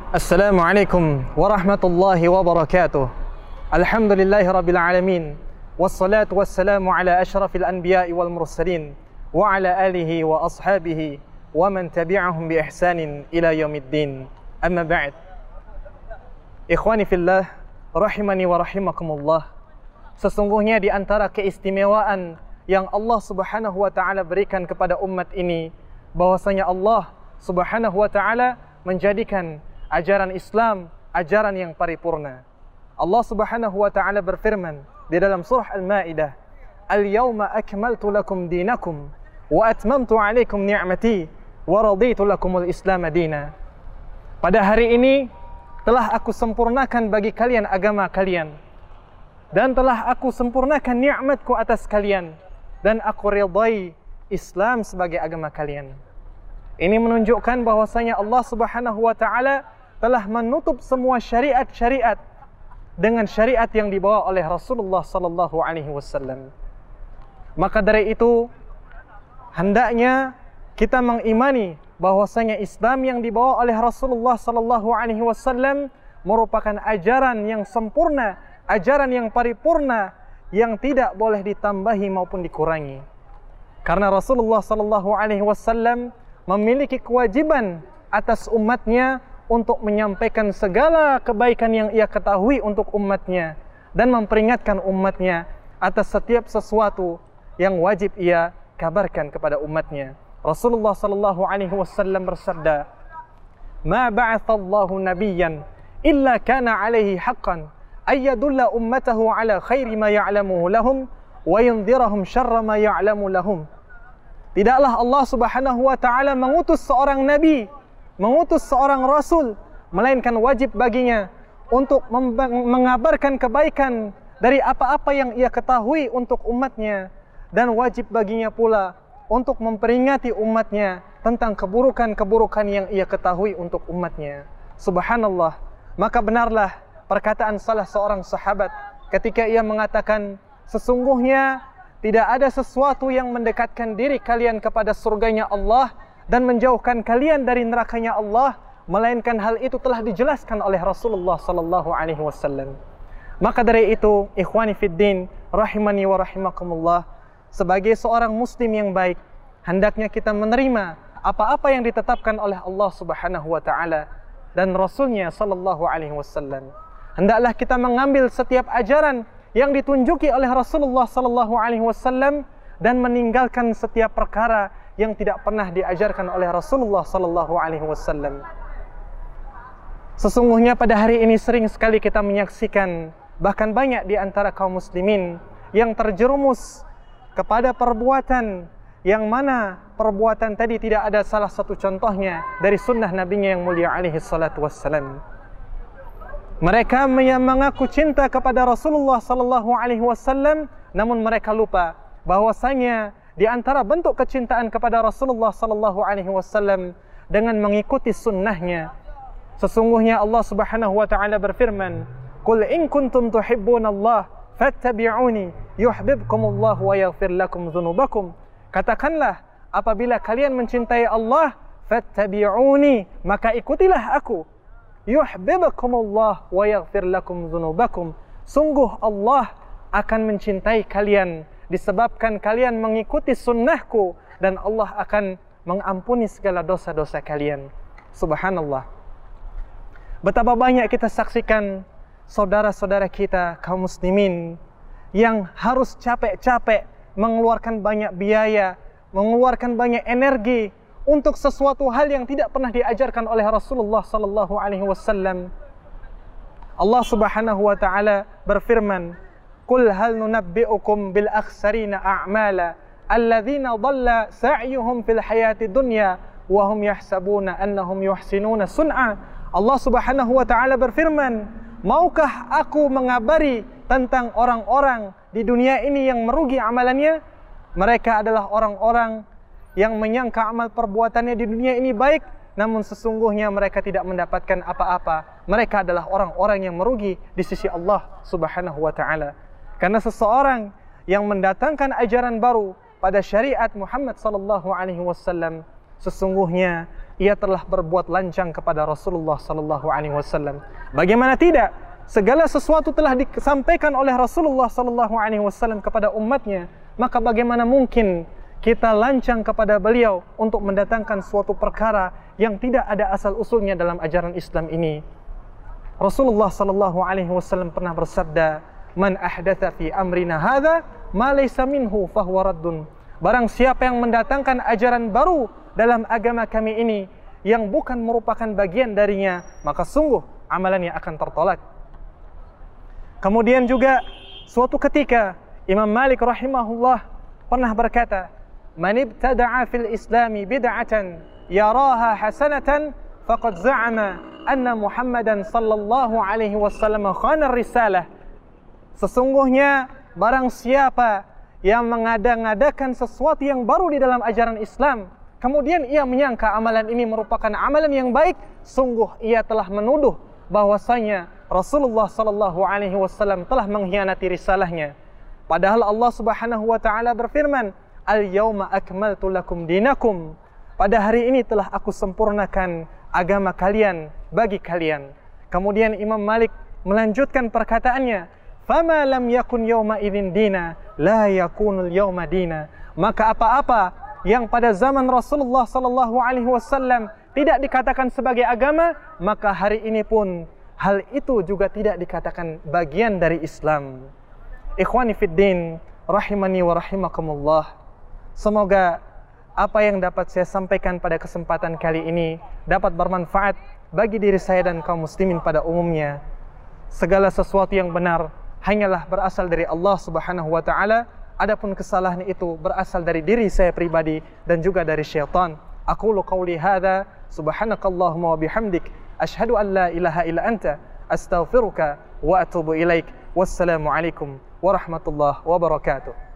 Assalamualaikum warahmatullahi wabarakatuh. Alhamdulillahi rabbil alamin. Wassalatu wassalamu ala ashrafil anbiya'i wal mursalin wa ala alihi wa ashabihi wa man tabi'ahum bi ihsanin ila yaumiddin. Amma ba'd. Ikhwani fillah, rahimani wa rahimakumullah. Sesungguhnya di antara keistimewaan yang Allah Subhanahu wa taala berikan kepada umat ini, bahwasanya Allah Subhanahu wa taala menjadikan ajaran Islam ajaran yang paripurna. Allah Subhanahu wa taala berfirman di dalam surah Al-Maidah, "Al-yauma akmaltu lakum dinakum wa atmamtu 'alaikum ni'mati wa raditu lakumul Islam dina." Pada hari ini telah aku sempurnakan bagi kalian agama kalian, dan telah aku sempurnakan nikmatku atas kalian, dan aku ridai Islam sebagai agama kalian. Ini menunjukkan bahwasanya Allah Subhanahu wa taala telah menutup semua syariat-syariat dengan syariat yang dibawa oleh Rasulullah sallallahu alaihi wasallam. Maka dari itu hendaknya kita mengimani bahwasanya Islam yang dibawa oleh Rasulullah sallallahu alaihi wasallam merupakan ajaran yang sempurna, ajaran yang paripurna yang tidak boleh ditambahi maupun dikurangi. Karena Rasulullah sallallahu alaihi wasallam memiliki kewajiban atas umatnya untuk menyampaikan segala kebaikan yang ia ketahui untuk umatnya dan memperingatkan umatnya atas setiap sesuatu yang wajib ia kabarkan kepada umatnya. Rasulullah sallallahu alaihi wasallam bersabda, "Ma ba'athallahu nabiyyan illa kana 'alaihi haqqan ay yadulla ummatahu 'ala khairi ma ya'lamuhu lahum wa yundhirahum syarra ma ya'lamu lahum." Tidaklah Allah Subhanahu wa taala mengutus seorang nabi, mengutus seorang rasul, melainkan wajib baginya untuk mengabarkan kebaikan dari apa-apa yang ia ketahui untuk umatnya, dan wajib baginya pula untuk memperingati umatnya tentang keburukan-keburukan yang ia ketahui untuk umatnya. Subhanallah. Maka benarlah perkataan salah seorang sahabat ketika ia mengatakan, "Sesungguhnya tidak ada sesuatu yang mendekatkan diri kalian kepada surganya Allah dan menjauhkan kalian dari nerakanya Allah, melainkan hal itu telah dijelaskan oleh Rasulullah sallallahu alaihi wasallam." Maka dari itu, ikhwani fiddin, rahimani wa rahimakumullah, sebagai seorang muslim yang baik, hendaknya kita menerima apa-apa yang ditetapkan oleh Allah Subhanahu wa taala dan Rasulnya sallallahu alaihi wasallam. Hendaklah kita mengambil setiap ajaran yang ditunjuki oleh Rasulullah sallallahu alaihi wasallam dan meninggalkan setiap perkara yang tidak pernah diajarkan oleh Rasulullah sallallahu alaihi wasallam. Sesungguhnya pada hari ini sering sekali kita menyaksikan, bahkan banyak di antara kaum muslimin yang terjerumus kepada perbuatan yang mana perbuatan tadi tidak ada salah satu contohnya dari sunnah nabinya yang mulia alaihi salatu wassalam. Mereka mengaku cinta kepada Rasulullah sallallahu alaihi wasallam, namun mereka lupa bahwasanya di antara bentuk kecintaan kepada Rasulullah sallallahu alaihi wasallam dengan mengikuti sunnahnya. Sesungguhnya Allah Subhanahu wa taala berfirman, "Qul in kuntum tuhibbunallah fattabi'uni yuhibbukumullah wa yaghfir lakum dzunubakum." Katakanlah, apabila kalian mencintai Allah, fattabi'uni, maka ikutilah aku. Yuhibbukumullah wa yaghfir lakum dzunubakum. Sungguh Allah akan mencintai kalian disebabkan kalian mengikuti sunnahku, dan Allah akan mengampuni segala dosa-dosa kalian. Subhanallah. Betapa banyak kita saksikan saudara-saudara kita kaum muslimin yang harus capek-capek mengeluarkan banyak biaya, mengeluarkan banyak energi untuk sesuatu hal yang tidak pernah diajarkan oleh Rasulullah sallallahu alaihi wasallam. Allah Subhanahu wa taala berfirman, "Qul hal nunabbi'ukum bil akhsarina a'mala alladzina dhalla sa'yuhum fil hayati dunya wa hum yahsabuna annahum yuhsinuna sun'a." Allah Subhanahu wa taala berfirman, "Maukah aku mengabari tentang orang-orang di dunia ini yang merugi amalannya? Mereka adalah orang-orang yang menyangka amal perbuatannya di dunia ini baik, namun sesungguhnya mereka tidak mendapatkan apa-apa. Mereka adalah orang-orang yang merugi di sisi Allah Subhanahu wa taala." Karena seseorang yang mendatangkan ajaran baru pada syariat Muhammad sallallahu alaihi wasallam, sesungguhnya ia telah berbuat lancang kepada Rasulullah sallallahu alaihi wasallam. Bagaimana tidak? Segala sesuatu telah disampaikan oleh Rasulullah sallallahu alaihi wasallam kepada umatnya, maka bagaimana mungkin kita lancang kepada beliau untuk mendatangkan suatu perkara yang tidak ada asal usulnya dalam ajaran Islam ini? Rasulullah sallallahu alaihi wasallam pernah bersabda, "Man ahdatsa fi amrina hadza ma laysa minhu fahuwa raddun." Barang siapa yang mendatangkan ajaran baru dalam agama kami ini yang bukan merupakan bagian darinya, maka sungguh amalannya akan tertolak. Kemudian juga suatu ketika Imam Malik rahimahullah pernah berkata, "Man ibtada'a fil islami bid'atan yaraha hasanatan faqad za'ama anna Muhammadan sallallahu alaihi wasallam khana risalah." Sesungguhnya barang siapa yang mengada-ngadakan sesuatu yang baru di dalam ajaran Islam, kemudian ia menyangka amalan ini merupakan amalan yang baik, sungguh ia telah menuduh bahwasanya Rasulullah sallallahu alaihi wasallam telah mengkhianati risalahnya. Padahal Allah Subhanahu wa taala berfirman, "Al-yauma akmaltu lakum dinakum." Pada hari ini telah aku sempurnakan agama kalian bagi kalian. Kemudian Imam Malik melanjutkan perkataannya, "Fama lam yakun yauma idzin dina, la yakunul yauma dina." Maka apa-apa yang pada zaman Rasulullah sallallahu alaihi wasallam tidak dikatakan sebagai agama, maka hari ini pun hal itu juga tidak dikatakan bagian dari Islam. Ikhwani fiddin, rahimani wa rahimakumullah. Semoga apa yang dapat saya sampaikan pada kesempatan kali ini dapat bermanfaat bagi diri saya dan kaum muslimin pada umumnya. Segala sesuatu yang benar hanyalah berasal dari Allah Subhanahu wa taala. Adapun kesalahan itu berasal dari diri saya pribadi dan juga dari syaitan. Aqulu qawli hadza, subhanakallahumma wa bihamdik, asyhadu an la ilaha illa anta, astaghfiruka wa atubu ilaik. Wassalamu alaikum warahmatullahi wabarakatuh.